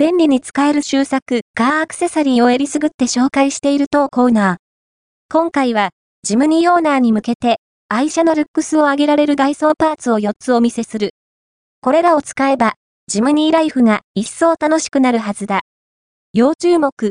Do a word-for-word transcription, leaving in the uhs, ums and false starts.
便利に使える修作、カーアクセサリーをえりすぐって紹介している当コーナー。今回は、ジムニーオーナーに向けて、愛車のルックスを上げられる外装パーツをよっつお見せする。これらを使えば、ジムニーライフが一層楽しくなるはずだ。要注目、